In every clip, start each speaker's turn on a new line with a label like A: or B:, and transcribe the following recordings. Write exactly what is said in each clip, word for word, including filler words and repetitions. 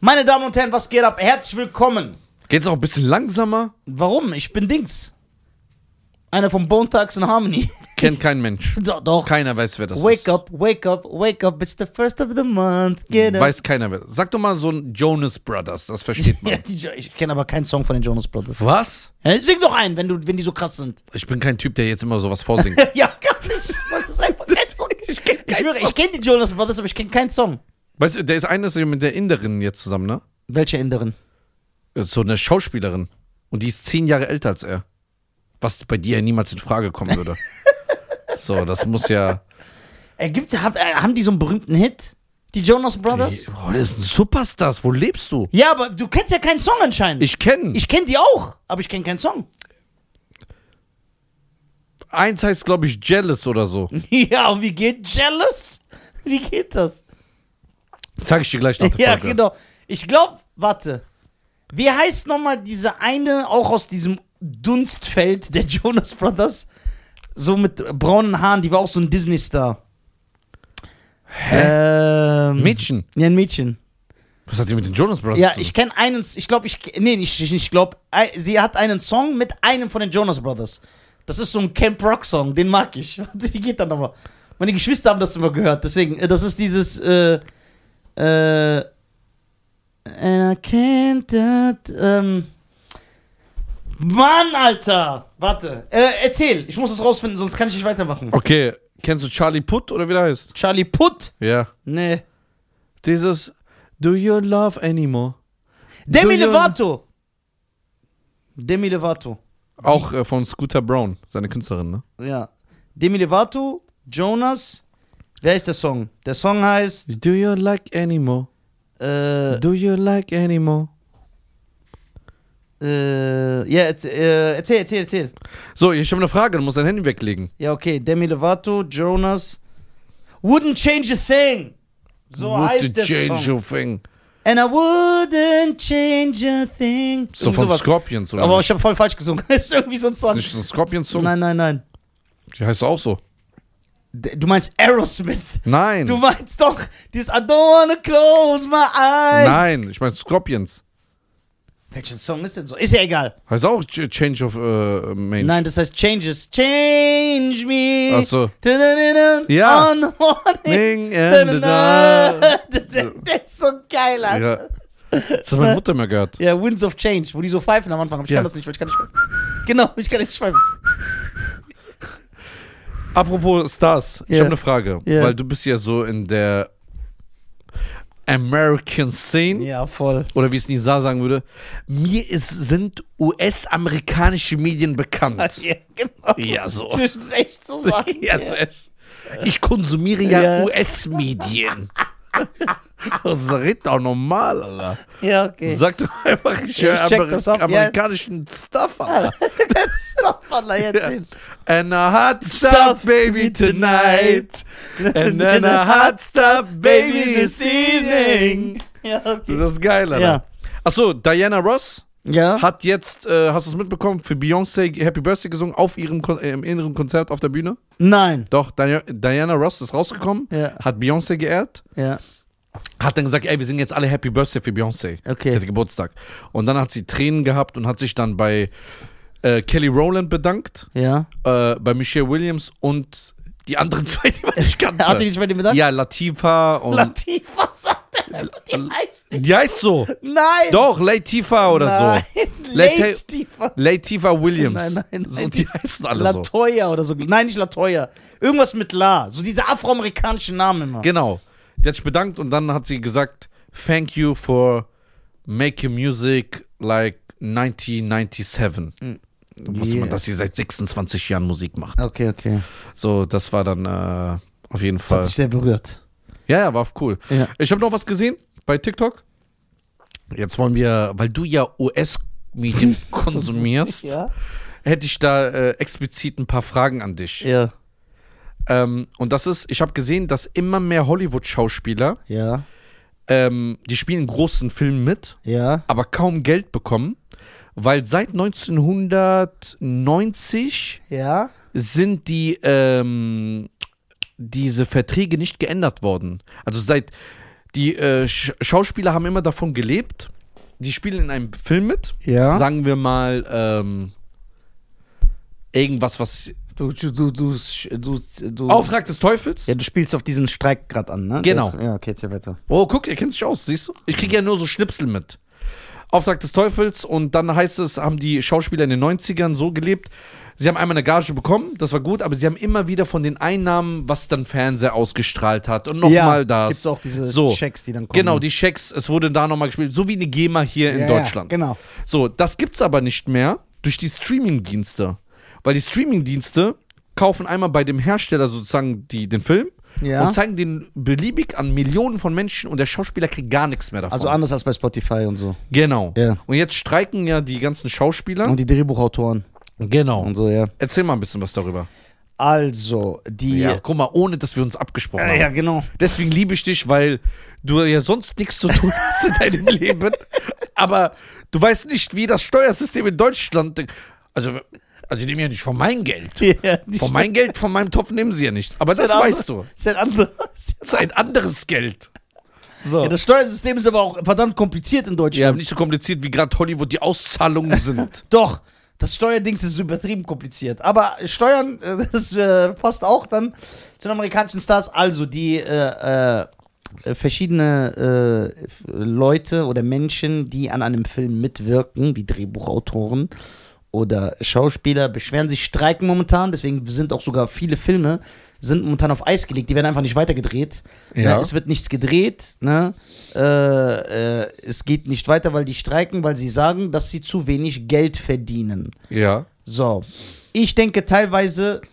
A: Meine Damen und Herren, was geht ab? Herzlich willkommen.
B: Geht's auch ein bisschen langsamer?
A: Warum? Ich bin Dings. Einer von Bone Thugs and Harmony.
B: Kennt kein Mensch.
A: Doch, doch.
B: Keiner weiß, wer das
A: Wake
B: ist.
A: up, wake up, wake up. It's the first of the month. Get up.
B: Weiß keiner, wer. Sag doch mal so ein Jonas Brothers, das versteht man.
A: Ja, die, ich kenne aber keinen Song von den Jonas Brothers.
B: Was?
A: Hä? Sing doch einen, wenn, du, wenn die so krass sind.
B: Ich bin kein Typ, der jetzt immer sowas vorsingt.
A: Ja, gar nicht. Ich wollte es einfach keinen Song. Ich, kenn ich, schwöre, ich kenne die Jonas Brothers, aber ich kenne keinen Song.
B: Weißt du, der ist eines mit der Inderin jetzt zusammen, ne?
A: Welche Inderin?
B: So eine Schauspielerin. Und die ist zehn Jahre älter als er. Was bei dir ja niemals in Frage kommen würde. So, das muss ja...
A: Äh, gibt, hab, äh, haben die so einen berühmten Hit? Die Jonas Brothers?
B: Oh, das sind Superstars. Wo lebst du?
A: Ja, aber du kennst ja keinen Song anscheinend.
B: Ich kenne.
A: Ich kenne die auch, aber ich kenne keinen Song.
B: Eins heißt, glaube ich, Jealous oder so.
A: Ja, und wie geht Jealous? Wie geht das?
B: Zeig ich dir gleich nach der
A: Ja,
B: Folge.
A: genau. Ich glaube, warte. Wie heißt nochmal diese eine, auch aus diesem Dunstfeld der Jonas Brothers? So mit braunen Haaren, die war auch so ein Disney-Star.
B: Hä?
A: Ähm,
B: Mädchen.
A: Ja, ein Mädchen.
B: Was hat die mit den Jonas Brothers
A: Ja,
B: zu tun?
A: ich kenne einen, ich glaube, ich, nee, ich, ich, ich glaube, sie hat einen Song mit einem von den Jonas Brothers. Das ist so ein Camp Rock Song, den mag ich. Wie geht das nochmal? Meine Geschwister haben das immer gehört, deswegen, das ist dieses, äh, äh, and I can't, that, ähm, Mann, Alter! Warte, äh, erzähl, ich muss es rausfinden, sonst kann ich nicht weitermachen.
B: Okay, kennst du Charlie Puth oder wie der heißt?
A: Charlie Puth?
B: Ja.
A: Nee.
B: Dieses Do you love anymore?
A: Demi
B: Do you-
A: Lovato! Demi Lovato.
B: Auch äh, von Scooter Braun, seine Künstlerin, ne?
A: Ja. Demi Lovato, Jonas. Wer ist der Song? Der Song heißt.
B: Do you like anymore?
A: Äh,
B: Do you like anymore?
A: äh, ja, erzähl, äh, erzähl, erzähl, erzähl.
B: So, ich habe eine Frage, du musst dein Handy weglegen.
A: Ja, okay. Demi Lovato, Jonas. Wouldn't change a thing. So
B: Would
A: heißt der
B: change
A: Song.
B: your thing.
A: And I wouldn't change a thing.
B: So
A: Irgend
B: von
A: sowas.
B: Scorpions, oder
A: Aber
B: nicht?
A: ich habe voll falsch gesungen. Das ist irgendwie so ein Song.
B: Ist nicht so ein Scorpions-Song?
A: Nein, nein, nein.
B: Die heißt auch so.
A: D- Du meinst Aerosmith.
B: Nein.
A: Du meinst doch dieses I don't wanna close my eyes.
B: Nein, ich meine Scorpions.
A: Welcher Song ist denn so? Ist ja egal.
B: Heißt auch Ch- Change of äh, Mange.
A: Nein, das heißt Changes. Change me.
B: Ach so.
A: Ja.
B: Ja.
A: On the morning.
B: Ming and the dark.
A: Der ist so geil, Alter.
B: Ja. Das hat meine Mutter mal gehört.
A: Ja, Winds of Change, wo die so pfeifen am Anfang. Aber ich
B: Ja.
A: kann das nicht, weil ich kann nicht pfeifen. Genau, ich kann nicht pfeifen.
B: Apropos Stars, ich
A: Ja.
B: habe eine Frage.
A: Ja.
B: Weil du bist ja so in der American Scene.
A: Ja, voll.
B: Oder wie es Nizar sagen würde. Mir ist, sind U S-amerikanische Medien bekannt.
A: Ja, genau.
B: Ja, so.
A: Ich will es echt so sagen.
B: Ja, so ist. Ich konsumiere ja,
A: Ja.
B: U S-Medien. Das redet auch normal, Alter.
A: Ja, okay.
B: Sag doch einfach, ich
A: Ja,
B: höre
A: ich check
B: Ameri
A: das ab, ja.
B: amerikanischen Stuff, Alter.
A: Das ist doch von jetzt hin.
B: And a hot stuff, baby, tonight. And then a hot stuff, baby, this evening.
A: Ja, okay.
B: Das ist geil, Alter.
A: Ja.
B: Achso, Diana Ross
A: Ja.
B: hat jetzt, äh, hast du es mitbekommen, für Beyoncé Happy Birthday gesungen auf ihrem Kon äh, im inneren Konzert auf der Bühne?
A: Nein.
B: Doch, Di Diana Ross ist rausgekommen,
A: Ja.
B: hat Beyoncé geehrt,
A: Ja.
B: hat dann gesagt, ey, wir singen jetzt alle Happy Birthday für Beyoncé.
A: Okay.
B: Sie hatte Geburtstag. Und dann hat sie Tränen gehabt und hat sich dann bei äh, Kelly Rowland bedankt,
A: Ja.
B: äh, bei Michelle Williams und die anderen zwei, die man nicht kannte.
A: Hat die sich bei dem bedankt?
B: Ja, Latifah und...
A: Latifah sagt er. Die heißt nicht.
B: Die heißt so.
A: Nein.
B: Doch, Latifah oder
A: Nein.
B: so.
A: Latifah.
B: Latifah Williams.
A: Nein, nein,
B: So,
A: nein.
B: die heißen alle so.
A: Latoya oder so. Nein, nicht Latoya. Irgendwas mit La. So diese afroamerikanischen Namen immer.
B: Genau. Die hat sich bedankt und dann hat sie gesagt, thank you for making music like nineteen ninety-seven.
A: Mm.
B: Da wusste man,
A: Yeah.
B: dass sie seit sechsundzwanzig Jahren Musik macht.
A: Okay, okay.
B: So, das war dann äh, auf jeden
A: Das
B: Fall.
A: hat dich sehr berührt.
B: Ja, ja, war cool.
A: Ja.
B: Ich habe noch was gesehen bei TikTok. Jetzt wollen wir, weil du ja U S-Medien konsumierst,
A: Ja.
B: hätte ich da äh, explizit ein paar Fragen an dich.
A: Ja.
B: Ähm, und das ist, ich habe gesehen, dass immer mehr Hollywood-Schauspieler,
A: Ja.
B: ähm, die spielen in großen Filmen mit,
A: Ja.
B: aber kaum Geld bekommen, weil seit neunzehnhundertneunzig
A: Ja.
B: sind die ähm, diese Verträge nicht geändert worden. Also seit Die äh, Sch Schauspieler haben immer davon gelebt, die spielen in einem Film mit,
A: Ja.
B: sagen wir mal, ähm, irgendwas, was...
A: Du, du, du, du, du, du
B: Auftrag des Teufels?
A: Ja, du spielst auf diesen Streik gerade an, ne?
B: Genau.
A: Jetzt, ja, okay, jetzt ja weiter.
B: Oh, guck, er kennt sich aus, siehst du? Ich kriege ja nur so Schnipsel mit. Auftrag des Teufels und dann heißt es, haben die Schauspieler in den neunzigern so gelebt, sie haben einmal eine Gage bekommen, das war gut, aber sie haben immer wieder von den Einnahmen, was dann Fernseher ausgestrahlt hat und nochmal
A: ja,
B: das.
A: Gibt's auch diese
B: so.
A: Checks, die dann kommen.
B: Genau, die Checks, es wurde da nochmal gespielt, so wie eine GEMA hier in
A: ja,
B: Deutschland.
A: Ja, genau.
B: So, das gibt's aber nicht mehr durch die Streaming-Dienste. Weil die Streaming-Dienste kaufen einmal bei dem Hersteller sozusagen die, den Film
A: Ja.
B: und zeigen den beliebig an Millionen von Menschen und der Schauspieler kriegt gar nichts mehr davon.
A: Also anders als bei Spotify und so.
B: Genau.
A: Ja.
B: Und jetzt streiken ja die ganzen Schauspieler.
A: Und die Drehbuchautoren
B: Genau.
A: und so, ja.
B: Erzähl mal ein bisschen was darüber.
A: Also, die.
B: Ja, guck mal, ohne dass wir uns abgesprochen
A: Äh,
B: haben.
A: ja, genau.
B: Deswegen liebe ich dich, weil du ja sonst nichts zu tun hast in deinem Leben. Aber du weißt nicht, wie das Steuersystem in Deutschland. Also, also die nehmen ja nicht von meinem Geld.
A: Ja, die
B: Von meinem Geld, von meinem Topf nehmen sie ja nicht. Aber das
A: ist ein
B: weißt
A: andere-
B: du.
A: Ist ein anderes.
B: Das ist ein anderes Geld. So.
A: Ja, das Steuersystem ist aber auch verdammt kompliziert in
B: Ja,
A: Deutschland.
B: nicht so kompliziert, wie gerade Hollywood die Auszahlungen sind.
A: Doch, das Steuerdings ist übertrieben kompliziert. Aber Steuern, äh, das äh, passt auch dann zu den amerikanischen Stars. Also, die äh, äh, verschiedene äh, Leute oder Menschen, die an einem Film mitwirken, wie Drehbuchautoren oder Schauspieler, beschweren sich, streiken momentan. Deswegen sind auch sogar viele Filme sind momentan auf Eis gelegt. Die werden einfach nicht weitergedreht.
B: Ja.
A: Ne, es wird nichts gedreht. Ne? Äh, äh, es geht nicht weiter, weil die streiken, weil sie sagen, dass sie zu wenig Geld verdienen.
B: Ja.
A: So, ich denke teilweise,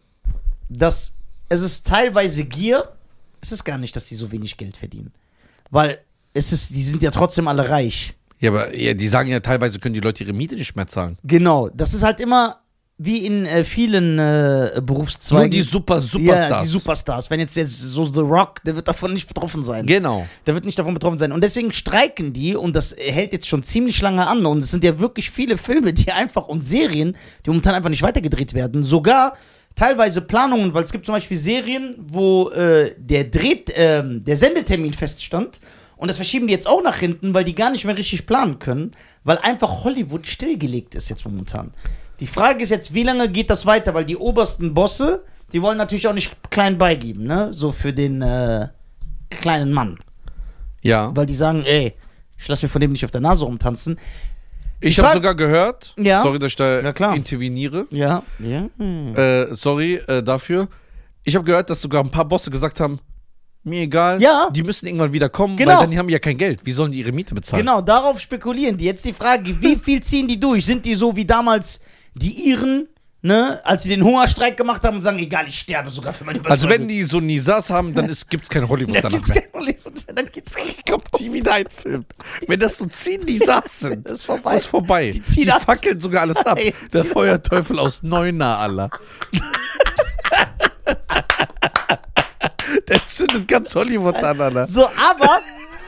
A: dass es ist teilweise Gier. Es ist gar nicht, dass sie so wenig Geld verdienen. Weil es ist, die sind ja trotzdem alle reich.
B: Ja, aber ja, die sagen ja teilweise, können die Leute ihre Miete nicht mehr zahlen.
A: Genau, das ist halt immer wie in äh, vielen äh, Berufszweigen.
B: Nur die Super, Superstars.
A: Ja, die Superstars. Wenn jetzt, jetzt so The Rock, der wird davon nicht betroffen sein.
B: Genau.
A: Der wird nicht davon betroffen sein. Und deswegen streiken die, und das hält jetzt schon ziemlich lange an. Und es sind ja wirklich viele Filme, die einfach und Serien, die momentan einfach nicht weitergedreht werden. Sogar teilweise Planungen, weil es gibt zum Beispiel Serien, wo äh, der Dreht, äh, der Sendetermin feststand. Und das verschieben die jetzt auch nach hinten, weil die gar nicht mehr richtig planen können, weil einfach Hollywood stillgelegt ist jetzt momentan. Die Frage ist jetzt, wie lange geht das weiter? Weil die obersten Bosse, die wollen natürlich auch nicht klein beigeben, ne? So für den äh, kleinen Mann.
B: Ja.
A: Weil die sagen, ey, ich lass mir von dem nicht auf der Nase rumtanzen.
B: Ich
A: Die
B: habe
A: Frage-
B: sogar gehört,
A: Ja.
B: sorry, dass ich da
A: Ja, klar.
B: interveniere,
A: Ja. Ja.
B: äh, sorry äh, dafür. Ich habe gehört, dass sogar ein paar Bosse gesagt haben, mir egal,
A: Ja.
B: die müssen irgendwann wieder kommen,
A: Genau.
B: weil dann haben die ja kein Geld. Wie sollen die ihre Miete bezahlen?
A: Genau, darauf spekulieren die. Jetzt die Frage, wie viel ziehen die durch? Sind die so wie damals die Iren, ne, als sie den Hungerstreik gemacht haben und sagen, egal, ich sterbe sogar für meine
B: Also wenn
A: Überzeugung.
B: die so Nisas haben, dann gibt es kein Hollywood
A: dann
B: danach
A: gibt's
B: mehr.
A: kein Hollywood mehr, dann geht's
B: Kommt nie wieder ein Film. Wenn das so zehn Nisas sind,
A: Das ist vorbei.
B: ist vorbei.
A: Die ziehen
B: die
A: ab.
B: fackeln sogar alles ab.
A: Die
B: Der
A: ziehen
B: Feuerteufel aus Neuner, Allah. Der zündet ganz Hollywood an, Allah.
A: So, aber.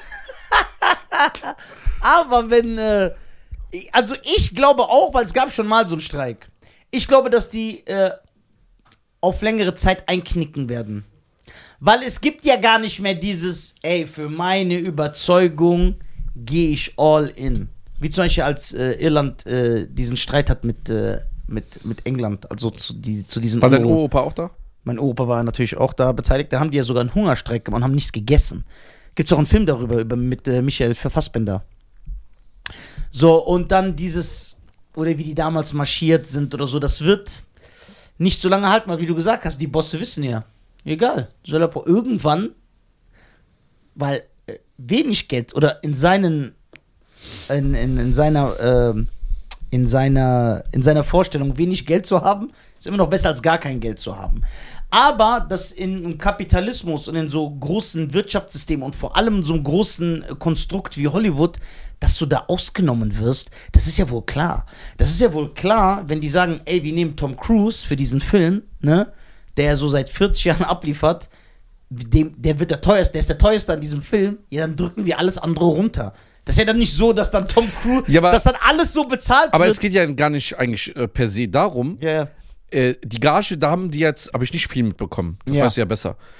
A: aber wenn. Äh, also, ich glaube auch, weil es gab schon mal so einen Streik. Ich glaube, dass die äh, auf längere Zeit einknicken werden. Weil es gibt ja gar nicht mehr dieses, ey, für meine Überzeugung gehe ich all in. Wie zum Beispiel, als äh, Irland äh, diesen Streit hat mit, äh, mit, mit England, also zu, die, zu diesen
B: War dein
A: Euro-
B: Opa auch da?
A: Mein Opa war natürlich auch da beteiligt. Da haben die ja sogar einen Hungerstreik gemacht und haben nichts gegessen. Gibt es auch einen Film darüber, über, mit äh, Michael Fassbender. So, und dann dieses, oder wie die damals marschiert sind oder so, das wird nicht so lange halten, weil wie du gesagt hast, die Bosse wissen ja, egal, soll er irgendwann, weil äh, wenig Geld oder in seinen, in, in, in seiner, ähm, in seiner, in seiner Vorstellung wenig Geld zu haben, ist immer noch besser als gar kein Geld zu haben. Aber dass in Kapitalismus und in so großen Wirtschaftssystemen und vor allem in so einem großen äh, Konstrukt wie Hollywood, dass du da ausgenommen wirst, das ist ja wohl klar. Das ist ja wohl klar, wenn die sagen, ey, wir nehmen Tom Cruise für diesen Film, ne, der so seit vierzig Jahren abliefert, dem, der wird der teuerste, der ist der teuerste an diesem Film, ja, dann drücken wir alles andere runter. Das ist ja dann nicht so, dass dann Tom Cruise,
B: Ja, aber-
A: dass dann alles so bezahlt
B: Aber
A: wird.
B: es geht ja gar nicht eigentlich äh, per se darum.
A: ja, ja.
B: Äh, die Gage, da haben die jetzt, habe ich nicht viel mitbekommen. Das
A: Ja.
B: weißt du ja besser.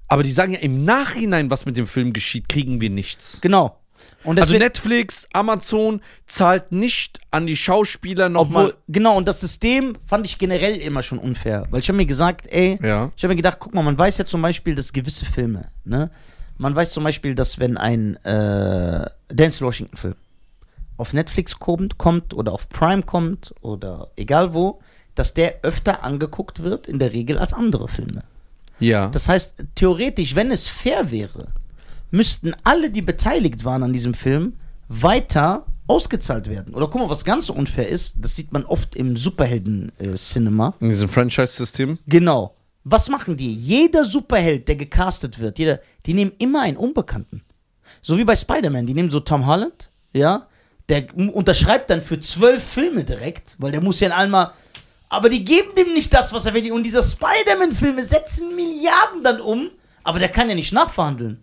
B: Aber die sagen ja im Nachhinein, was mit dem Film geschieht, kriegen wir nichts.
A: Genau. Und
B: Also
A: deswegen,
B: Netflix, Amazon zahlt nicht an die Schauspieler
A: obwohl,
B: nochmal.
A: genau, und das System fand ich generell immer schon unfair. Weil ich habe mir gesagt, ey,
B: Ja.
A: ich habe mir gedacht, guck mal, man weiß ja zum Beispiel, dass gewisse Filme, ne? Man weiß zum Beispiel, dass wenn ein äh, Denzel Washington-Film auf Netflix kommt, kommt oder auf Prime kommt oder egal wo, dass der öfter angeguckt wird, in der Regel als andere Filme.
B: Ja.
A: Das heißt, theoretisch, wenn es fair wäre, müssten alle, die beteiligt waren an diesem Film, weiter ausgezahlt werden. Oder guck mal, was ganz so unfair ist, das sieht man oft im Superhelden-Cinema.
B: In diesem Franchise-System.
A: Genau. Was machen die? Jeder Superheld, der gecastet wird, jeder, die nehmen immer einen Unbekannten. So wie bei Spider-Man, die nehmen so Tom Holland, ja, der unterschreibt dann für zwölf Filme direkt, weil der muss ja in einmal, aber die geben dem nicht das, was er will. Und diese Spider-Man-Filme setzen Milliarden dann um, aber der kann ja nicht nachverhandeln.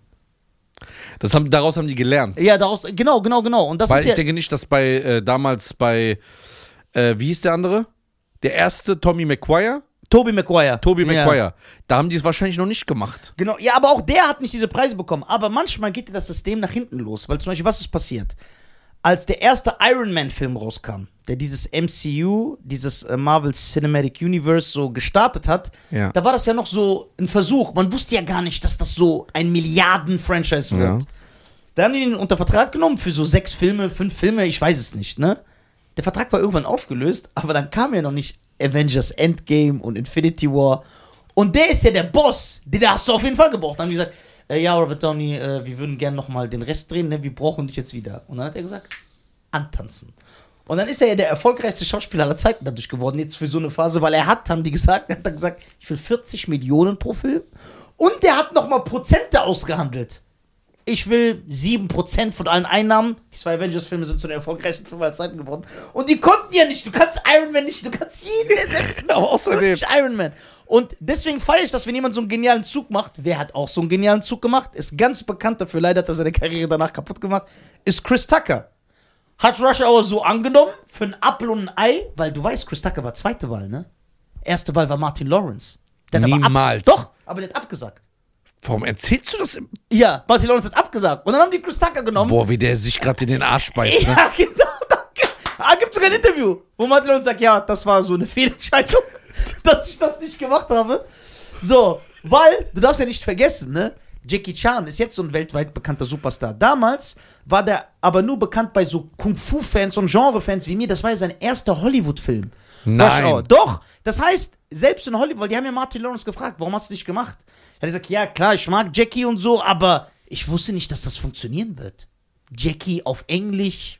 B: Das haben, daraus haben die gelernt.
A: Ja, daraus, genau, genau, genau. Und das
B: Weil
A: ist
B: ich
A: ja,
B: denke nicht, dass bei, äh, damals bei, äh, wie hieß der andere? Der erste, Tommy Maguire?
A: Tobey Maguire.
B: Tobey
A: Ja.
B: Maguire. Da haben die es wahrscheinlich noch nicht gemacht.
A: Genau, ja, aber auch der hat nicht diese Preise bekommen. Aber manchmal geht dir das System nach hinten los. Weil zum Beispiel, was ist passiert? Als der erste Iron Man-Film rauskam, der dieses M C U, dieses äh, Marvel Cinematic Universe so gestartet hat,
B: Ja.
A: da war das ja noch so ein Versuch. Man wusste ja gar nicht, dass das so ein Milliarden-Franchise wird.
B: Ja.
A: Da haben die ihn unter Vertrag genommen für so sechs Filme, fünf Filme, ich weiß es nicht, ne? Der Vertrag war irgendwann aufgelöst, aber dann kam ja noch nicht Avengers Endgame und Infinity War. Und der ist ja der Boss, den hast du auf jeden Fall gebraucht. Dann haben die gesagt, äh, ja, Robert Downey, äh, wir würden gerne nochmal den Rest drehen, ne? Wir brauchen dich jetzt wieder. Und dann hat er gesagt, antanzen. Und dann ist er ja der erfolgreichste Schauspieler aller Zeiten dadurch geworden, jetzt für so eine Phase, weil er hat, haben die gesagt, er hat dann gesagt, ich will vierzig Millionen pro Film. Und der hat nochmal Prozente ausgehandelt. Ich will sieben Prozent von allen Einnahmen. Die zwei Avengers-Filme sind zu den erfolgreichsten Filmen aller Zeiten geworden. Und die konnten ja nicht. Du kannst Iron Man nicht, du kannst jeden ersetzen.
B: Aber außerdem-
A: Nicht Iron Man. Und deswegen feiere ich, dass wenn jemand so einen genialen Zug macht, wer hat auch so einen genialen Zug gemacht, ist ganz bekannt dafür, leider hat er seine Karriere danach kaputt gemacht, ist Chris Tucker. Hat Rush Hour so angenommen, für ein Apfel und ein Ei, weil du weißt, Chris Tucker war zweite Wahl, ne? Erste Wahl war Martin Lawrence. Der hat aber
B: Niemals.
A: Ab- Doch, aber der hat abgesagt.
B: Warum erzählst du das? Im
A: Ja, Martin Lawrence hat abgesagt. Und dann haben die Chris Tucker genommen.
B: Boah, wie der sich gerade in den Arsch beißt, ne?
A: Ja, genau. Danke. Ah, gibt sogar ein Interview, wo Martin Lawrence sagt, ja, das war so eine Fehlentscheidung, dass ich das nicht gemacht habe. So, weil, du darfst ja nicht vergessen, ne? Jackie Chan ist jetzt so ein weltweit bekannter Superstar. Damals war der aber nur bekannt bei so Kung-Fu-Fans und Genre-Fans wie mir. Das war ja sein erster Hollywood-Film.
B: Nein.
A: Rush Hour. Doch, das heißt, selbst in Hollywood, weil die haben ja Martin Lawrence gefragt, warum hast du nicht gemacht? Er hat gesagt, ja klar, ich mag Jackie und so, aber ich wusste nicht, dass das funktionieren wird. Jackie auf Englisch,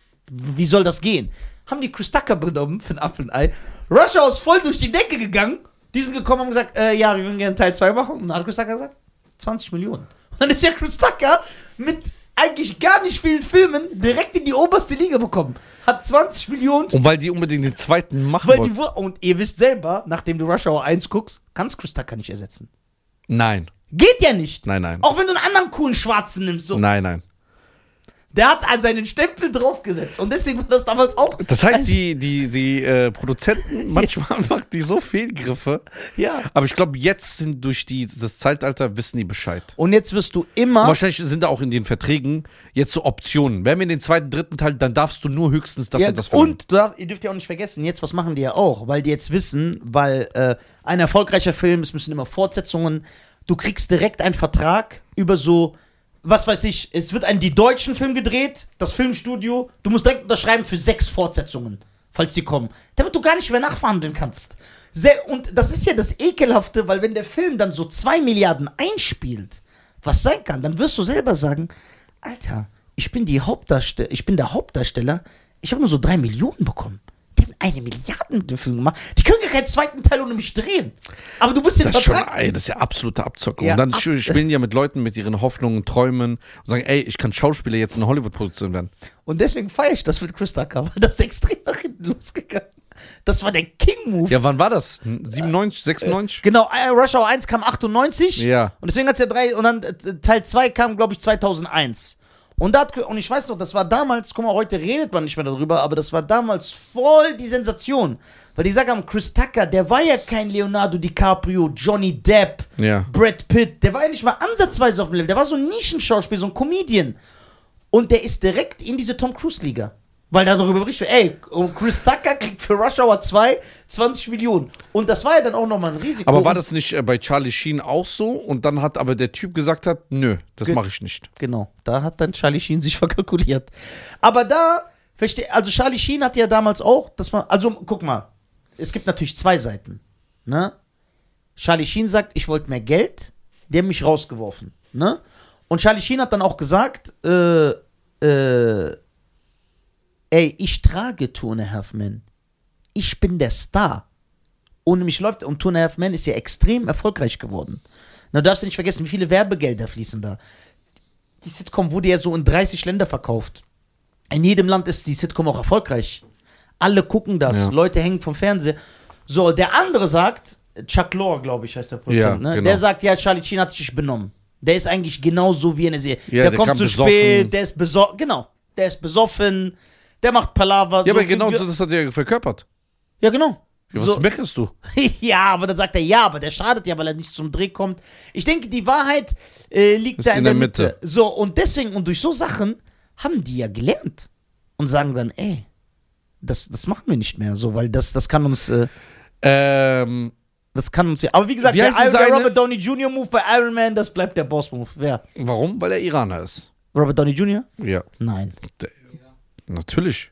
A: wie soll das gehen? Haben die Chris Tucker genommen für ein Apfel und Ei. Rush Hour ist voll durch die Decke gegangen. Die sind gekommen und haben gesagt, äh, ja, wir würden gerne Teil zwei machen. Und dann hat Chris Tucker gesagt, zwanzig Millionen. Und dann ist ja Chris Tucker mit eigentlich gar nicht vielen Filmen direkt in die oberste Liga bekommen. Hat zwanzig Millionen.
B: Und weil die unbedingt den zweiten machen
A: Weil
B: wollten.
A: die, Wu- und ihr wisst selber, nachdem du Rush Hour eins guckst, kannst Chris Tucker nicht ersetzen.
B: Nein,
A: Geht ja nicht.
B: nein, nein.
A: Auch wenn du einen anderen coolen Schwarzen nimmst. So.
B: Nein, nein.
A: Der hat an seinen Stempel draufgesetzt. Und deswegen war das damals auch.
B: Das heißt, die, die, die äh, Produzenten, manchmal machen die so Fehlgriffe.
A: Ja.
B: Aber ich glaube, jetzt sind durch die, das Zeitalter wissen die Bescheid.
A: Und jetzt wirst du immer.
B: Und wahrscheinlich sind da auch in den Verträgen jetzt so Optionen. Wenn wir in den zweiten, dritten Teil, dann darfst du nur höchstens das
A: ja,
B: und das verlangen.
A: und du darf, ihr dürft ja auch nicht vergessen, jetzt, was machen die ja auch? Weil die jetzt wissen, weil äh, ein erfolgreicher Film, es müssen immer Fortsetzungen. Du kriegst direkt einen Vertrag über so, was weiß ich, es wird ein die deutschen Film gedreht, das Filmstudio, du musst direkt unterschreiben für sechs Fortsetzungen, falls die kommen, damit du gar nicht mehr nachverhandeln kannst. Sehr, und das ist ja das Ekelhafte, weil wenn der Film dann so zwei Milliarden einspielt, was sein kann, dann wirst du selber sagen, Alter, ich bin die Hauptdarsteller, ich bin der Hauptdarsteller, ich habe nur so drei Millionen bekommen. Die haben eine Milliarde Film gemacht. Die können gar keinen zweiten Teil ohne mich drehen. Aber du musst den
B: Das ist, schon,
A: Vertrag...
B: ey, das ist ja absolute Abzockung.
A: Ja,
B: und dann
A: ab-
B: sch- spielen die ja mit Leuten mit ihren Hoffnungen, Träumen und sagen, ey, ich kann Schauspieler jetzt in eine Hollywood-Produktion werden.
A: Und deswegen feiere ich das mit Chris Tucker, weil das ist extrem nach hinten losgegangen. Das war der King-Move.
B: Ja, wann war das? siebenundneunzig, sechsundneunzig?
A: Genau, äh, Rush Hour eins kam achtundneunzig.
B: Ja.
A: Und deswegen hat es ja drei... Und dann äh, Teil zwei kam, glaube ich, zweitausendeins. Und, da hat, und ich weiß noch, das war damals, guck mal, heute redet man nicht mehr darüber, aber das war damals voll die Sensation. Weil die sagen, Chris Tucker, der war ja kein Leonardo DiCaprio, Johnny Depp,
B: Ja.
A: Brad Pitt, der war ja nicht mal ansatzweise auf dem Level, der war so ein Nischenschauspieler, so ein Comedian. Und der ist direkt in diese Tom Cruise-Liga. Weil da darüber berichtet wird, ey, Chris Tucker kriegt für Rush Hour zwei zwanzig Millionen. Und das war ja dann auch nochmal ein Risiko.
B: Aber war das nicht äh, bei Charlie Sheen auch so? Und dann hat aber der Typ gesagt hat, nö, das
A: Ge-
B: mache ich nicht.
A: Genau, da hat dann Charlie Sheen sich verkalkuliert. Aber da, versteh, also Charlie Sheen hat ja damals auch, dass man, also guck mal, es gibt natürlich zwei Seiten. Ne? Charlie Sheen sagt, ich wollte mehr Geld, die haben mich rausgeworfen. Ne? Und Charlie Sheen hat dann auch gesagt, äh, äh, ey, ich trage Two and a Half Men. Ich bin der Star. Ohne mich läuft, und Two and a Half Men ist ja extrem erfolgreich geworden. Na, du darfst ja nicht vergessen, wie viele Werbegelder fließen da. Die Sitcom wurde ja so in dreißig Länder verkauft. In jedem Land ist die Sitcom auch erfolgreich. Alle gucken das,
B: Ja.
A: Leute hängen vom Fernseher. So, der andere sagt, Chuck Lorre, glaube ich, heißt der Produzent,
B: Ja,
A: ne?
B: genau.
A: Der sagt, ja, Charlie Sheen hat sich benommen. Der ist eigentlich genau so wie in der Serie.
B: Ja,
A: der,
B: der
A: kommt
B: kam
A: zu
B: besoffen.
A: spät, der ist besoffen, genau. Der ist besoffen, der macht Palaver.
B: Ja,
A: so
B: aber genau
A: wie-
B: das hat er verkörpert.
A: Ja, genau.
B: Ja, was
A: So.
B: meckerst du?
A: Ja, aber dann sagt er, ja, aber der schadet ja, weil er nicht zum Dreh kommt. Ich denke, die Wahrheit äh, liegt
B: Ist
A: da in,
B: in
A: der
B: der
A: Mitte.
B: Mitte.
A: So, und deswegen, und durch so Sachen haben die ja gelernt. Und sagen dann, ey, das, das machen wir nicht mehr, so, weil das, das kann uns, äh,
B: Ähm,
A: das kann uns ja. Aber wie gesagt,
B: Wie
A: der,
B: heißt diese
A: der
B: eine-
A: Robert Downey Junior Move bei Iron Man, das bleibt der Boss-Move. Wer?
B: warum? Weil er Iraner ist.
A: Robert Downey Junior?
B: Ja,
A: Nein.
B: natürlich.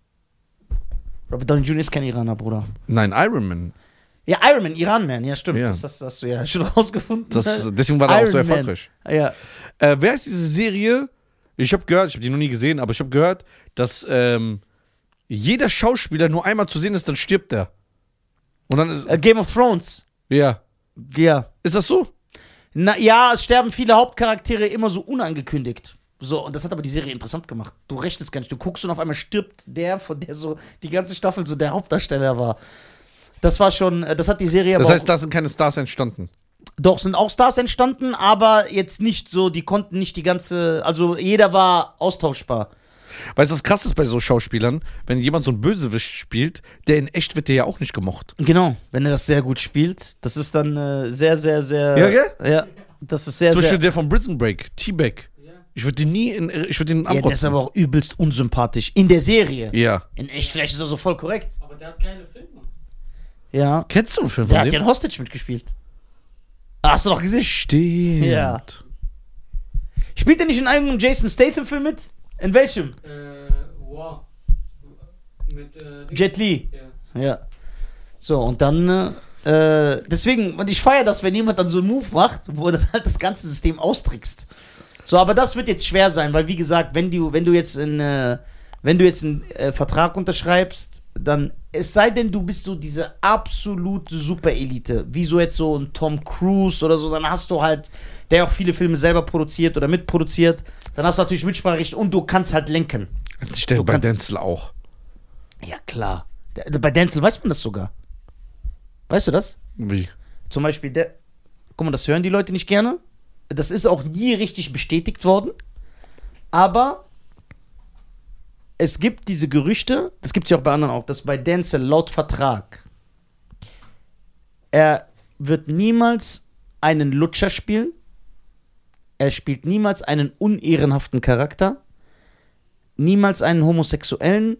A: Robert Downey Junior ist kein Iraner, Bruder.
B: Nein, Iron Man.
A: Ja, Iron Man, Iran Man, ja, stimmt.
B: Ja.
A: Das, das hast du ja schon rausgefunden.
B: Das, deswegen war er auch
A: Iron
B: so
A: Man.
B: erfolgreich.
A: Ja.
B: Äh, wer ist diese Serie? Ich habe gehört, ich habe die noch nie gesehen, aber ich habe gehört, dass ähm, jeder Schauspieler nur einmal zu sehen ist, dann stirbt er. Und dann
A: Äh, Game of Thrones.
B: ja.
A: Ja.
B: Ist das so?
A: Na ja, es sterben viele Hauptcharaktere immer so unangekündigt. So, und das hat aber die Serie interessant gemacht. Du rechnest gar nicht. Du guckst und auf einmal stirbt der, von der so die ganze Staffel so der Hauptdarsteller war. Das war schon, äh, das hat die Serie
B: Das
A: aber
B: heißt, da sind keine Stars entstanden.
A: auch, doch, sind auch Stars entstanden, aber jetzt nicht so, die konnten nicht die ganze, also jeder war austauschbar.
B: Weißt du, was krass ist bei so Schauspielern, wenn jemand so einen Bösewicht spielt, der in echt wird der ja auch nicht gemocht.
A: Genau, wenn er das sehr gut spielt, das ist dann äh, sehr, sehr, sehr.
B: Ja, gell?
A: Ja, das ist sehr,
B: Zum Beispiel
A: sehr.
B: der von Prison Break, T-Bag.
C: Ja.
B: Ich würde den nie, in, ich würde den
A: Ja, der ist
B: anrotzen.
A: aber auch übelst unsympathisch. In der Serie.
B: Ja.
A: In echt, vielleicht ist er so voll korrekt.
C: Aber der hat keine Filme.
A: Ja.
B: Kennst du einen Film
A: Der
B: von
A: hat ja
B: dem?
A: in Hostage mitgespielt. Ah, hast du doch gesehen?
B: Stimmt.
A: Ja. Spielt er nicht in einem Jason Statham-Film mit? In welchem?
C: Äh, wow. Mit, äh,
A: Jet Li.
C: Ja.
A: Ja. So, und dann, äh, deswegen, und ich feiere das, wenn jemand dann so einen Move macht, wo er dann halt das ganze System austrickst. So, aber das wird jetzt schwer sein, weil wie gesagt, wenn du, wenn du jetzt in, äh, wenn du jetzt einen äh, Vertrag unterschreibst, dann, es sei denn, du bist so diese absolute Superelite, wie so jetzt so ein Tom Cruise oder so, dann hast du halt, der auch viele Filme selber produziert oder mitproduziert, dann hast du natürlich Mitspracherecht und du kannst halt lenken.
B: Ich denke
A: Du
B: bei
A: kannst-
B: Denzel auch.
A: Ja, klar. Der, bei Denzel weiß man das sogar. Weißt du das?
B: Wie?
A: Zum Beispiel der. Guck mal, das hören die Leute nicht gerne. Das ist auch nie richtig bestätigt worden. Aber es gibt diese Gerüchte, das gibt es ja auch bei anderen auch, dass bei Denzel laut Vertrag er wird niemals einen Lutscher spielen. Er spielt niemals einen unehrenhaften Charakter. Niemals einen Homosexuellen.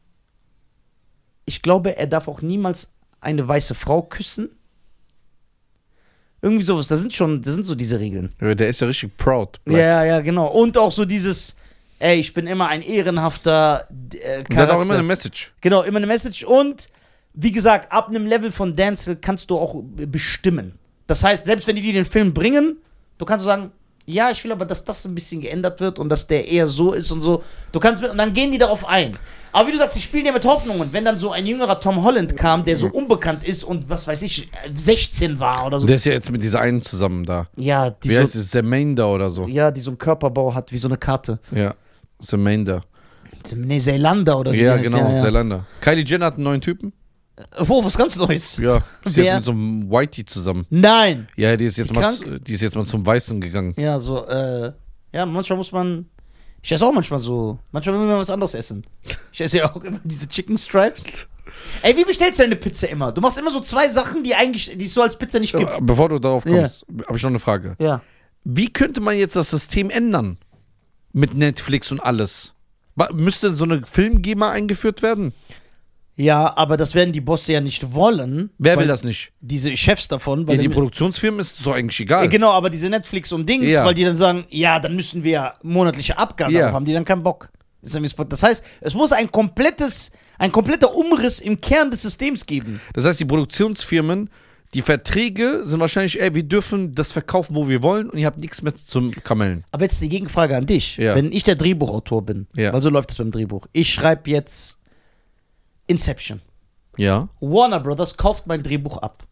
A: Ich glaube, er darf auch niemals eine weiße Frau küssen. Irgendwie sowas. Das sind schon, das sind so diese Regeln.
B: Ja, der ist ja richtig proud. Black.
A: Ja, ja, genau. Und auch so dieses, ey, ich bin immer ein ehrenhafter äh,
B: Und der hat auch immer eine
A: Charakter.
B: Message.
A: Genau, immer eine Message. Und wie gesagt, ab einem Level von Denzel kannst du auch bestimmen. Das heißt, selbst wenn die dir den Film bringen, du kannst sagen, ja, ich will aber, dass das ein bisschen geändert wird und dass der eher so ist und so. Du kannst mit, und dann gehen die darauf ein. Aber wie du sagst, sie spielen ja mit Hoffnung. Und wenn dann so ein jüngerer Tom Holland kam, der so unbekannt ist und was weiß ich, sechzehn war oder so.
B: Der ist ja jetzt mit dieser einen zusammen da.
A: Ja, die
B: Wie
A: so,
B: heißt es? Zemander oder so.
A: ja, die so einen Körperbau hat wie so eine Karte.
B: Ja. Zemander.
A: Nee, Seelander oder wie
B: Ja,
A: heißt
B: genau,
A: der, ja.
B: Zelander. Kylie Jenner hat einen neuen Typen.
A: Oh, was ganz Neues.
B: Ja. Die ist
A: Wer?
B: jetzt mit so einem Whitey zusammen.
A: Nein.
B: Ja, die ist jetzt,
A: Die
B: mal,
A: krank?
B: zu- die ist jetzt mal zum Weißen gegangen.
A: Ja, so, äh, ja, manchmal muss man Ich esse auch manchmal so. Manchmal will man was anderes essen. Ich esse ja auch immer diese Chicken Stripes. Ey, wie bestellst du deine Pizza immer? Du machst immer so zwei Sachen, die eigentlich, die es so als Pizza nicht gibt.
B: Äh, Bevor du darauf kommst, habe ich noch eine Frage.
A: Ja.
B: Wie könnte man jetzt das System ändern? Mit Netflix und alles. Wa- Müsste so eine Film-GEMA eingeführt werden?
A: Ja, aber das werden die Bosse ja nicht wollen.
B: Wer
A: weil
B: will das nicht?
A: Diese Chefs davon. Weil
B: Ja, die
A: dann-
B: Produktionsfirmen ist es doch eigentlich egal.
A: Ja, genau, aber diese Netflix und Dings,
B: Ja.
A: weil die dann sagen, ja, dann müssen wir ja monatliche Abgaben
B: Ja.
A: haben, haben die dann keinen Bock. Das ist irgendwie Spot. Das heißt, es muss ein komplettes, ein kompletter Umriss im Kern des Systems geben.
B: Das heißt, die Produktionsfirmen, die Verträge sind wahrscheinlich, ey, wir dürfen das verkaufen, wo wir wollen und ihr habt nichts mehr zum Kamellen.
A: Aber jetzt die Gegenfrage an dich.
B: Ja.
A: Wenn ich der Drehbuchautor bin,
B: Ja.
A: weil so läuft es beim Drehbuch, ich schreibe jetzt Inception.
B: Ja.
A: Warner Brothers kauft mein Drehbuch ab.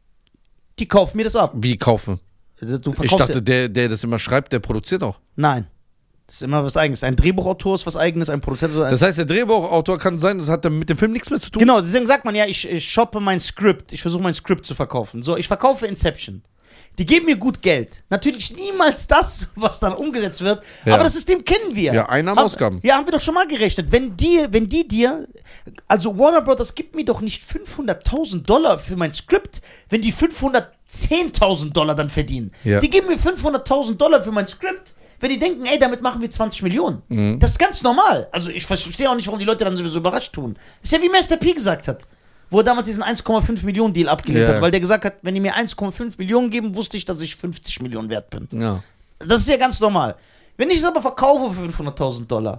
A: Die kaufen mir das ab.
B: Wie kaufen?
A: Du verkaufst
B: Ich dachte, der, der das immer schreibt, der produziert auch.
A: Nein. Das ist immer was Eigenes. Ein Drehbuchautor ist was Eigenes, ein Produzent ist was Eigenes.
B: Das heißt, der Drehbuchautor kann sein, das hat dann mit dem Film nichts mehr zu tun.
A: Genau, deswegen sagt man ja, ich, ich shoppe mein Skript, ich versuche mein Skript zu verkaufen. So, ich verkaufe Inception. Die geben mir gut Geld. Natürlich niemals das, was dann umgesetzt wird,
B: Ja.
A: aber das System kennen wir.
B: Ja, Einnahmen,
A: Haben-
B: Ausgaben.
A: Ja, haben wir doch schon mal gerechnet. Wenn die, wenn die dir, also Warner Brothers gibt mir doch nicht fünfhunderttausend Dollar für mein Skript, wenn die fünfhundertzehntausend Dollar dann verdienen.
B: Ja.
A: Die geben mir fünfhunderttausend Dollar für mein Skript, wenn die denken, ey, damit machen wir zwanzig Millionen.
B: Mhm.
A: Das ist ganz normal. Also ich verstehe auch nicht, warum die Leute dann so überrascht tun. Das ist ja wie Master P gesagt hat, wo er damals diesen eins Komma fünf Millionen Deal abgelehnt
B: Ja.
A: hat, weil der gesagt hat, wenn die mir eins Komma fünf Millionen geben, wusste ich, dass ich fünfzig Millionen wert bin.
B: Ja.
A: Das ist ja ganz normal. Wenn ich es aber verkaufe für fünfhunderttausend Dollar,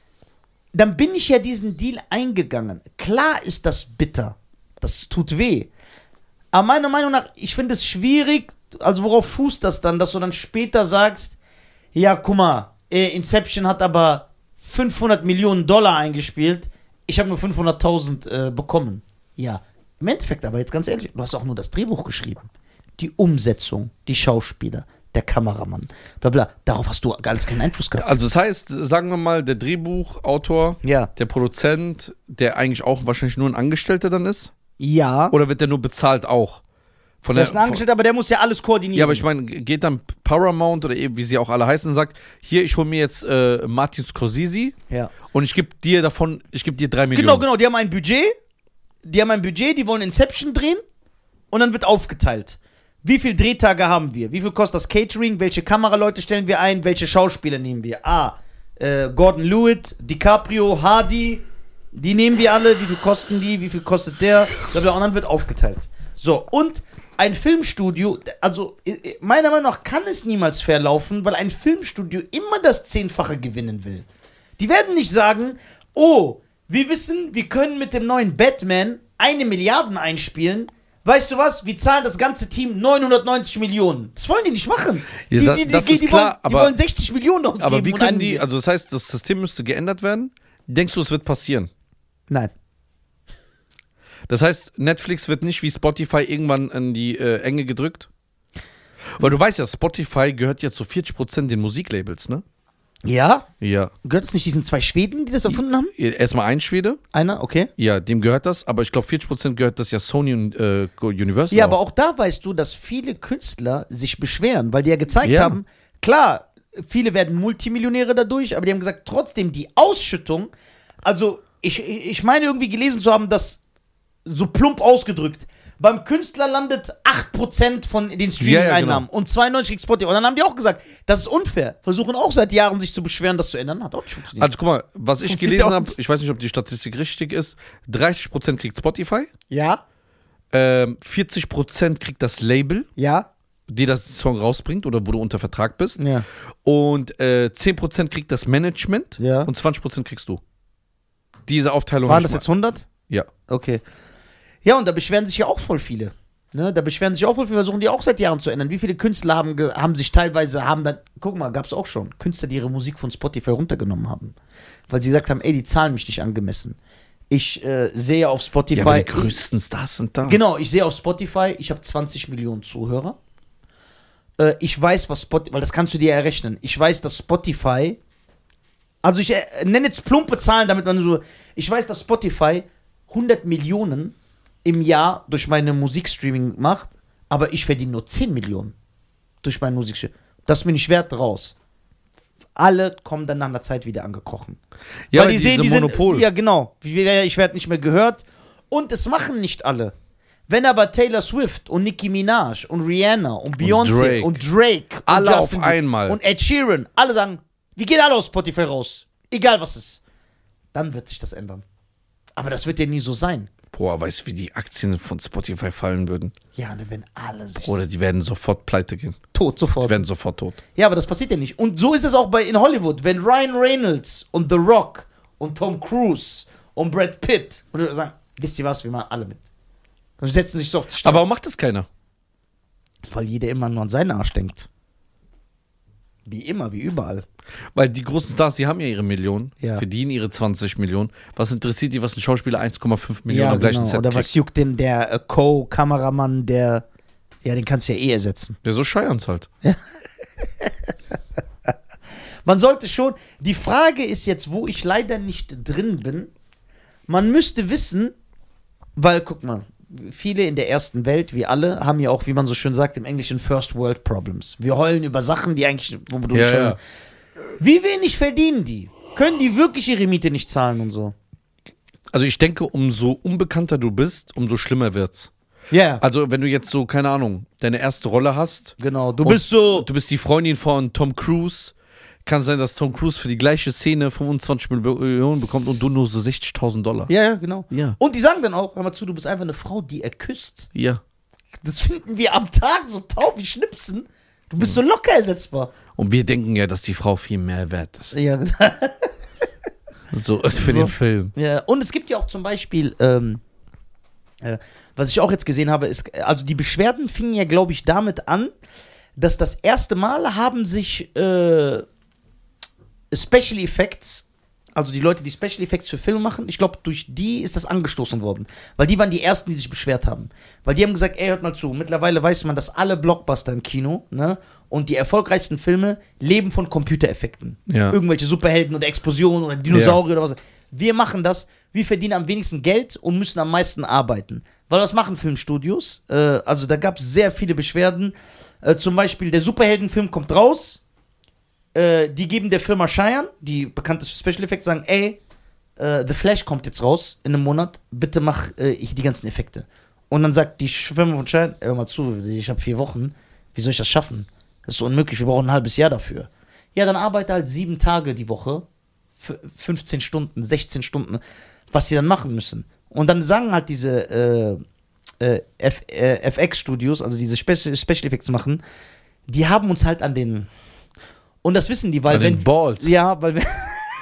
A: dann bin ich ja diesen Deal eingegangen. Klar ist das bitter. Das tut weh. Aber meiner Meinung nach, ich finde es schwierig, also worauf fußt das dann, dass du dann später sagst, ja, guck mal, äh, Inception hat aber fünfhundert Millionen Dollar eingespielt, ich habe nur fünfhunderttausend äh, bekommen. Ja, im Endeffekt aber jetzt ganz ehrlich, du hast auch nur das Drehbuch geschrieben. Die Umsetzung, die Schauspieler, der Kameramann, bla bla, darauf hast du alles keinen Einfluss gehabt.
B: Also das heißt, sagen wir mal, der Drehbuchautor,
A: Ja.
B: der Produzent, der eigentlich auch wahrscheinlich nur ein Angestellter dann ist?
A: Ja.
B: Oder wird der nur bezahlt auch? Von
A: Der
B: der,
A: ist ein Angestellter, aber der muss ja alles koordinieren.
B: ja, aber ich meine, geht dann Paramount oder eben, wie sie auch alle heißen, und sagt, hier, ich hole mir jetzt äh, Martin Scorsese
A: Ja.
B: und ich gebe dir davon, ich gebe dir drei Millionen.
A: Genau, genau, die haben ein Budget, die haben ein Budget, die wollen Inception drehen und dann wird aufgeteilt. Wie viele Drehtage haben wir? Wie viel kostet das Catering? Welche Kameraleute stellen wir ein? Welche Schauspieler nehmen wir? Ah, äh, Gordon Lewitt, DiCaprio, Hardy, die nehmen wir alle. Wie viel kosten die? Wie viel kostet der? Und dann wird aufgeteilt. So, und ein Filmstudio, also äh, meiner Meinung nach kann es niemals fair laufen, weil ein Filmstudio immer das Zehnfache gewinnen will. Die werden nicht sagen, oh, wir wissen, wir können mit dem neuen Batman eine Milliarde einspielen. Weißt du was? Wir zahlen das ganze Team neunhundertneunzig Millionen. Das wollen die nicht machen.
B: Ja,
A: die,
B: da-
A: die, die,
B: das
A: die,
B: ist
A: die,
B: klar,
A: wollen, die
B: aber-
A: wollen sechzig Millionen ausgeben.
B: Aber wie
A: und
B: können
A: einen-
B: die, also das heißt, das System müsste geändert werden. Denkst du, es wird passieren?
A: Nein.
B: Das heißt, Netflix wird nicht wie Spotify irgendwann in die äh, Enge gedrückt? Weil du weißt ja, Spotify gehört ja zu vierzig Prozent den Musiklabels, ne?
A: Ja?
B: Ja.
A: Gehört es nicht diesen zwei Schweden, die das erfunden haben?
B: Erstmal ein Schwede,
A: Einer, okay.
B: ja, dem gehört das, aber ich glaube vierzig Prozent gehört das ja Sony und äh, Universal.
A: Ja,
B: auch.
A: aber auch da weißt du, dass viele Künstler sich beschweren, weil die ja gezeigt
B: Ja.
A: haben, klar, viele werden Multimillionäre dadurch, aber die haben gesagt, trotzdem die Ausschüttung, also ich, ich meine irgendwie gelesen zu haben, dass so plump ausgedrückt, beim Künstler landet acht Prozent von den Streaming-Einnahmen
B: genau.
A: und zweiundneunzig kriegt Spotify. Und dann haben die auch gesagt, das ist unfair. Versuchen auch seit Jahren sich zu beschweren, das zu ändern. Hat auch nicht funktioniert.
B: Also guck mal, was ich
A: Funktioniert
B: gelesen
A: auch
B: habe,
A: nicht.
B: ich weiß nicht, ob die Statistik richtig ist, dreißig Prozent kriegt Spotify,
A: Ja,
B: ähm, vierzig Prozent kriegt das Label,
A: ja,
B: die das Song rausbringt oder wo du unter Vertrag bist.
A: ja.
B: Und äh, zehn Prozent kriegt das Management
A: Ja.
B: und zwanzig Prozent kriegst du. Diese Aufteilung.
A: Waren
B: hab
A: das
B: ich
A: jetzt hundert?
B: mal- Ja.
A: Okay. Ja, und da beschweren sich ja auch voll viele. Ne, da beschweren sich auch voll viele, versuchen die auch seit Jahren zu ändern. Wie viele Künstler haben, ge- haben sich teilweise, haben dann, guck mal, gab es auch schon, Künstler, die ihre Musik von Spotify runtergenommen haben. Weil sie gesagt haben, ey, die zahlen mich nicht angemessen. Ich äh, sehe auf Spotify.
B: Ja, aber die größten Stars sind da.
A: Genau, ich sehe auf Spotify, ich habe zwanzig Millionen Zuhörer. Äh, ich weiß, was Spotify, weil das kannst du dir errechnen. Ich weiß, dass Spotify, also ich äh, nenne jetzt plumpe Zahlen, damit man so, ich weiß, dass Spotify hundert Millionen im Jahr durch meine Musikstreaming macht, aber ich verdiene nur zehn Millionen durch meine Musikstreaming. Das ist mir nicht wert, raus. Alle kommen dann nach einer Zeit wieder angekrochen.
B: Ja,
A: Weil
B: weil
A: die sehen, die
B: diese Monopol.
A: sind, ja genau, ich werde nicht mehr gehört. Und es machen nicht alle. Wenn aber Taylor Swift und Nicki Minaj und Rihanna und Beyoncé
B: Drake.
A: und Drake und
B: Alle
A: Justin
B: auf einmal.
A: und Ed Sheeran, alle sagen, die gehen alle aus Spotify raus. Egal was ist. Dann wird sich das ändern. Aber das wird ja nie so sein.
B: Boah, weißt du, wie die Aktien von Spotify fallen würden?
A: Ja, dann werden alle sich
B: Oder die werden sofort pleite gehen.
A: tot sofort.
B: Die werden sofort tot.
A: Ja, aber das passiert ja nicht. Und so ist es auch bei in Hollywood, wenn Ryan Reynolds und The Rock und Tom Cruise und Brad Pitt und sagen, wisst ihr was, wir machen alle mit. Dann setzen sich so auf die Stelle.
B: Aber warum macht das keiner?
A: Weil jeder immer nur an seinen Arsch denkt. Wie immer, wie überall.
B: Weil die großen Stars, die haben ja ihre Millionen,
A: Ja.
B: verdienen ihre zwanzig Millionen. Was interessiert die, was ein Schauspieler eins Komma fünf Millionen am gleichen Set
A: Oder
B: kriegt?
A: was juckt denn der äh, Co-Kameramann, der, ja, den kannst du ja eh ersetzen.
B: Ja, so scheuern's halt.
A: Man sollte schon, die Frage ist jetzt, wo ich leider nicht drin bin, man müsste wissen, weil, guck mal, viele in der ersten Welt, wir alle, haben ja auch, wie man so schön sagt im Englischen, First World Problems. Wir heulen über Sachen, die eigentlich, wo du
B: Ja,
A: nicht
B: ja.
A: heulen. Wie wenig verdienen die? Können die wirklich ihre Miete nicht zahlen und so?
B: Also ich denke, umso unbekannter du bist, umso schlimmer wird's.
A: Ja,
B: Also wenn du jetzt so, keine Ahnung, deine erste Rolle hast,
A: genau. Du
B: und
A: bist so.
B: du bist die Freundin von Tom Cruise, kann sein, dass Tom Cruise für die gleiche Szene fünfundzwanzig Millionen bekommt und du nur so sechzigtausend Dollar.
A: Ja, ja, genau.
B: Ja.
A: Und die sagen dann auch, hör mal zu, du bist einfach eine Frau, die er küsst.
B: Ja.
A: Das finden wir am Tag so taub wie Schnipsen. Du bist so locker ersetzbar.
B: Und wir denken ja, dass die Frau viel mehr wert ist.
A: Ja, genau.
B: So für
A: So.
B: den Film.
A: Ja, und es gibt ja auch zum Beispiel, ähm, äh, was ich auch jetzt gesehen habe, ist, also die Beschwerden fingen ja, glaube ich, damit an, dass das erste Mal haben sich äh, Special Effects, also die Leute, die Special Effects für Filme machen, ich glaube, durch die ist das angestoßen worden. Weil die waren die Ersten, die sich beschwert haben. Weil die haben gesagt, ey, hört mal zu, mittlerweile weiß man, dass alle Blockbuster im Kino, ne, und die erfolgreichsten Filme leben von Computereffekten.
B: Ja.
A: Irgendwelche Superhelden oder Explosionen oder Dinosaurier oder was. Wir machen das, wir verdienen am wenigsten Geld und müssen am meisten arbeiten. Weil was machen Filmstudios? Äh, also da gab es sehr viele Beschwerden. Äh, zum Beispiel, der Superheldenfilm kommt raus, äh, die geben der Firma Cheyenne, die bekannt ist für Special Effects, sagen, ey, äh, The Flash kommt jetzt raus in einem Monat, bitte mach äh, ich die ganzen Effekte. Und dann sagt die Firma von Cheyenne, hör mal zu, ich habe vier Wochen, wie soll ich das schaffen? Das ist so unmöglich, wir brauchen ein halbes Jahr dafür. Ja, dann arbeite halt sieben Tage die Woche, f- fünfzehn Stunden, sechzehn Stunden, was sie dann machen müssen. Und dann sagen halt diese äh, äh, F, äh, F X-Studios, also diese Spe Special Effects machen, die haben uns halt an den. Und das wissen die, weil
B: An
A: wenn.
B: den Balls.
A: Ja, weil wenn.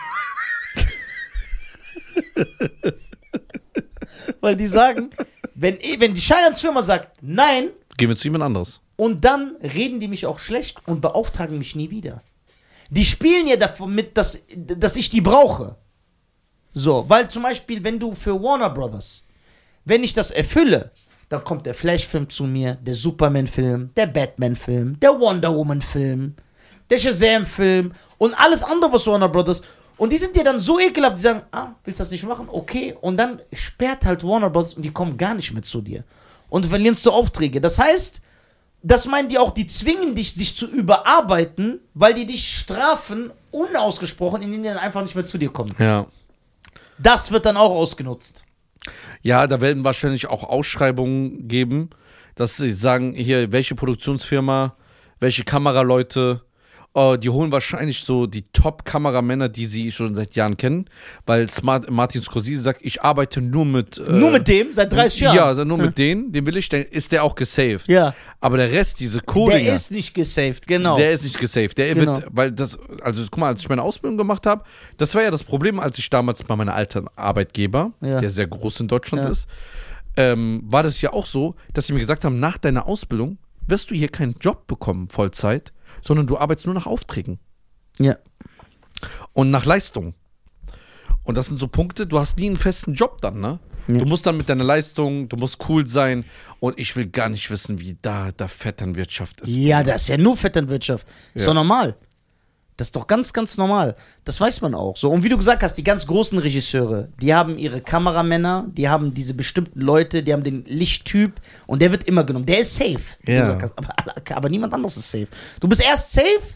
A: Weil die sagen, wenn, wenn die Cheyennes Firma sagt, nein,
B: Gehen wir zu jemand anderes.
A: und dann reden die mich auch schlecht und beauftragen mich nie wieder. Die spielen ja davon mit, dass, dass ich die brauche. So, weil zum Beispiel, wenn du für Warner Brothers, wenn ich das erfülle, dann kommt der Flash-Film zu mir, der Superman-Film, der Batman-Film, der Wonder Woman-Film, der Shazam-Film und alles andere, was Warner Brothers. Und die sind dir dann so ekelhaft, die sagen, ah, willst du das nicht machen? Okay. Und dann sperrt halt Warner Brothers und die kommen gar nicht mehr zu dir. Und du verlierst du Aufträge. Das heißt, das meinen die auch, die zwingen dich, dich zu überarbeiten, weil die dich strafen, unausgesprochen, indem die dann einfach nicht mehr zu dir kommen.
B: Ja.
A: Das wird dann auch ausgenutzt.
B: Ja, da werden wahrscheinlich auch Ausschreibungen geben, dass sie sagen, hier, welche Produktionsfirma, welche Kameraleute, äh, die holen wahrscheinlich so die Top-Kameramänner, die sie schon seit Jahren kennen, weil Smart, Martin Scorsese sagt, ich arbeite nur mit... Äh,
A: Nur mit dem, seit dreißig Jahren.
B: Ja, also nur mit denen, den will ich, dann ist der auch gesaved.
A: Ja.
B: Aber der Rest, diese Codinger,
A: Der ist nicht gesaved, genau.
B: der ist nicht gesaved. Der
A: Genau.
B: wird, weil das, also guck mal, als ich meine Ausbildung gemacht habe, das war ja das Problem, als ich damals bei meinem alten Arbeitgeber,
A: Ja.
B: der sehr groß in Deutschland
A: Ja.
B: ist, ähm, war das ja auch so, dass sie mir gesagt haben, nach deiner Ausbildung wirst du hier keinen Job bekommen, Vollzeit, sondern du arbeitest nur nach Aufträgen
A: Ja.
B: und nach Leistung. Und das sind so Punkte, du hast nie einen festen Job dann, ne?
A: Ja.
B: Du musst dann mit deiner Leistung, du musst cool sein und ich will gar nicht wissen, wie da, da Vetternwirtschaft ist.
A: Ja, das ist ja nur Vetternwirtschaft. Ist
B: Ja.
A: doch normal. Das ist doch ganz, ganz normal. Das weiß man auch. So, und wie du gesagt hast, die ganz großen Regisseure, die haben ihre Kameramänner, die haben diese bestimmten Leute, die haben den Lichttyp und der wird immer genommen. Der ist safe. wie
B: Ja.
A: du gesagt hast. Aber, aber niemand anderes ist safe. Du bist erst safe,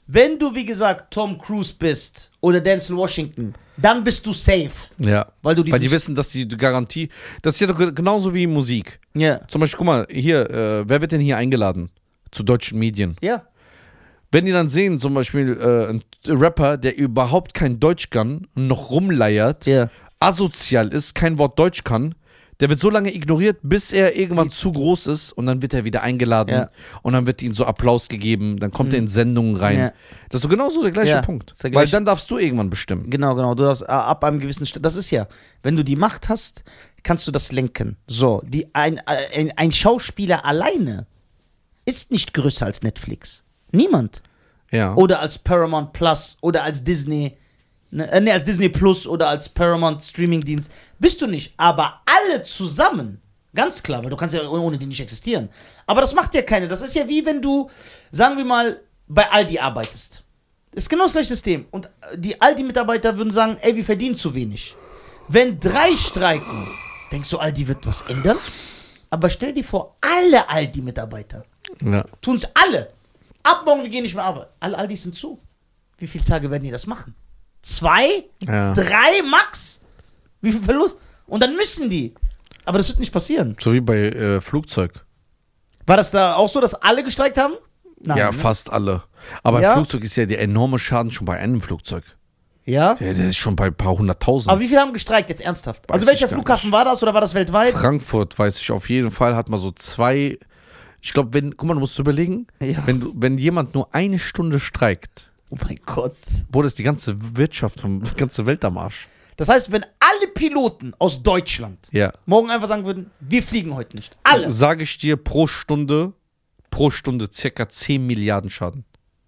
A: Wenn du, wie gesagt, Tom Cruise bist oder Denzel Washington, dann bist du safe.
B: Ja.
A: Weil du
B: Weil die
A: diesen-
B: wissen, dass die Garantie. Das ist ja doch genauso wie Musik.
A: Ja.
B: Zum Beispiel, guck mal, hier, äh, wer wird denn hier eingeladen? Zu deutschen Medien.
A: Ja.
B: Wenn die dann sehen, zum Beispiel äh, ein Rapper, der überhaupt kein Deutsch kann, noch rumleiert,
A: Ja.
B: asozial ist, kein Wort Deutsch kann, der wird so lange ignoriert, bis er irgendwann zu groß ist und dann wird er wieder eingeladen
A: Ja.
B: und dann wird ihm so Applaus gegeben, dann kommt er in Sendungen rein.
A: Ja.
B: Das ist so genauso der gleiche
A: Ja,
B: Punkt.
A: ist der
B: Weil
A: gleiche-
B: dann darfst du irgendwann bestimmen.
A: Genau, genau. Du darfst äh, ab einem gewissen St Das ist ja, wenn du die Macht hast, kannst du das lenken. So, die, ein, ein, ein Schauspieler alleine ist nicht größer als Netflix. Niemand.
B: Ja.
A: Oder als Paramount Plus oder als Disney. Ne, äh, nee, als Disney Plus oder als Paramount Streamingdienst. Bist du nicht. Aber alle zusammen. Ganz klar, weil du kannst ja ohne die nicht existieren. Aber das macht ja keine. Das ist ja wie wenn du, sagen wir mal, bei Aldi arbeitest. Das ist genau das gleiche System. Und die Aldi-Mitarbeiter würden sagen, ey, wir verdienen zu wenig. Wenn drei streiken, denkst du, Aldi wird was ändern? Aber stell dir vor, alle Aldi-Mitarbeiter
B: ja.
A: tun es alle. Ab morgen, wir gehen nicht mehr arbeiten. Alle Aldis sind zu. Wie viele Tage werden die das machen? Zwei?
B: Ja.
A: Drei max? Wie viel Verlust? Und dann müssen die. Aber das wird nicht passieren.
B: So wie bei äh, Flugzeug.
A: War das da auch so, dass alle gestreikt haben? Nein,
B: ja,
A: ne?
B: fast alle. Aber
A: Ja?
B: ein Flugzeug ist ja der enorme Schaden schon bei einem Flugzeug.
A: Ja?
B: Ja, der ist schon bei ein paar hunderttausend.
A: Aber wie viele haben gestreikt jetzt ernsthaft?
B: Weiß
A: Also welcher
B: ich gar
A: Flughafen
B: nicht.
A: war das oder war das weltweit?
B: Frankfurt, weiß ich auf jeden Fall, hat mal so zwei. Ich glaube, wenn, guck mal, du musst überlegen,
A: Ja.
B: wenn, du, wenn jemand nur eine Stunde streikt,
A: Oh mein Gott.
B: wurde es die ganze Wirtschaft, vom, die ganze Welt am Arsch.
A: Das heißt, wenn alle Piloten aus Deutschland
B: Ja.
A: morgen einfach sagen würden, wir fliegen heute nicht. Alle.
B: Sage ich dir, pro Stunde, pro Stunde circa zehn Milliarden Schaden.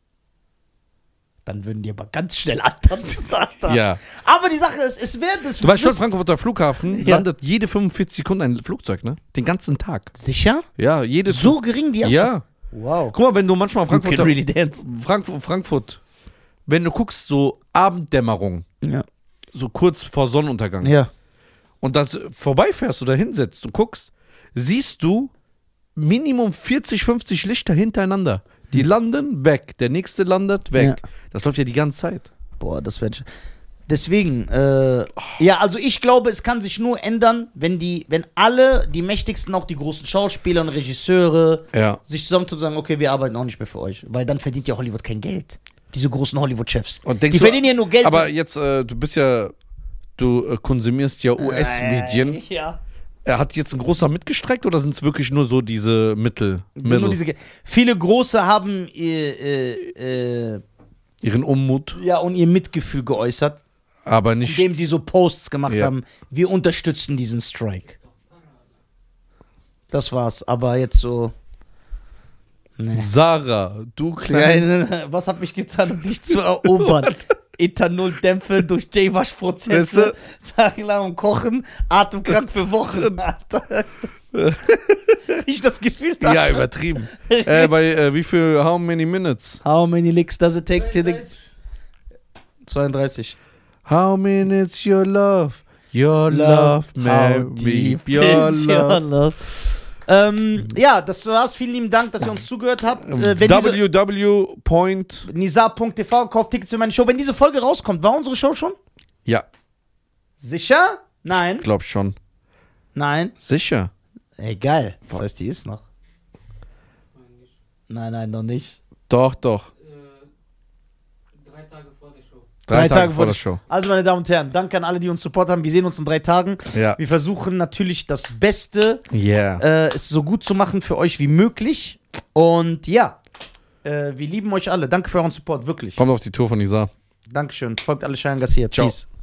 A: Dann würden die aber ganz schnell antanzen. Alter.
B: Ja.
A: Aber die Sache ist, es wird es.
B: Du weißt schon,
A: das-
B: Frankfurter Flughafen
A: Ja.
B: landet jede fünfundvierzig Sekunden ein Flugzeug, ne? Den ganzen Tag.
A: Sicher?
B: Ja, jede.
A: So gering die
B: Ja.
A: Wow.
B: Guck mal, wenn du manchmal
A: You can
B: Frankfurter,
A: really dance.
B: Frankfurt, Frankfurt, wenn du guckst, so Abenddämmerung,
A: Ja.
B: so kurz vor Sonnenuntergang,
A: Ja.
B: und das vorbeifährst oder hinsetzt und guckst, siehst du Minimum vierzig, fünfzig Lichter hintereinander. Die landen weg, der nächste landet weg.
A: Ja.
B: Das läuft ja die ganze Zeit.
A: Boah, das wird. Deswegen, äh, ja, also ich glaube, es kann sich nur ändern, wenn die, wenn alle, die mächtigsten, auch die großen Schauspieler und Regisseure,
B: Ja.
A: sich zusammentun und sagen, okay, wir arbeiten auch nicht mehr für euch. Weil dann verdient ja Hollywood kein Geld. Diese großen Hollywood-Chefs.
B: Und denkst
A: Die
B: du,
A: verdienen ja nur Geld.
B: aber jetzt, äh, du bist ja, du äh, konsumierst ja U S-Medien.
A: Äh, ja.
B: Äh, Hat jetzt ein großer mitgestreckt oder sind es wirklich nur so diese Mittel?
A: Sind
B: Mittel
A: nur diese, Ge- viele Große haben ihr, äh, äh,
B: ihren Unmut,
A: ja, und ihr Mitgefühl geäußert,
B: aber nicht.
A: indem sie so Posts gemacht
B: Ja.
A: haben, wir unterstützen diesen Strike. Das war's, aber jetzt so. Nee.
B: Sarah, du
A: Ja,
B: kleine.
A: was hat mich getan, um dich zu erobern? Ethanoldämpfe durch J-Wash-Prozesse,
B: Weißt
A: tagelang kochen, atemkrank für Wochen. Alter. Das, wie ich das gefühlt habe.
B: Ja, übertrieben. äh, bei äh, wie viel, how many minutes?
A: How many licks does it take to the... zweiunddreißig.
B: How minutes your love? Your love, may
A: how
B: be
A: deep
B: your
A: is your
B: love.
A: love. Ähm, ja, das war's. Vielen lieben Dank, dass ihr uns zugehört habt. Äh, wenn diese,
B: W W Point.
A: nizar punkt t v, kauft Tickets für meine Show. Wenn diese Folge rauskommt, war unsere Show schon?
B: Ja,
A: Sicher? Nein.
B: glaub schon.
A: Nein.
B: Sicher.
A: Ey, geil. Das heißt, die ist noch. Nein, nein, noch nicht.
B: Doch, doch.
C: Äh, drei Tage vor der Show.
B: Drei, Tage, vor der Show.
A: Also, meine Damen und Herren, danke an alle, die uns Support haben. Wir sehen uns in drei Tagen.
B: Ja.
A: Wir versuchen natürlich das Beste,
B: Yeah.
A: äh, es so gut zu machen für euch wie möglich. Und ja, äh, wir lieben euch alle. Danke für euren Support, wirklich.
B: Kommt auf die Tour von Nizar.
A: Dankeschön. Folgt alle Schein Gassiert.
B: Ciao.
A: Peace.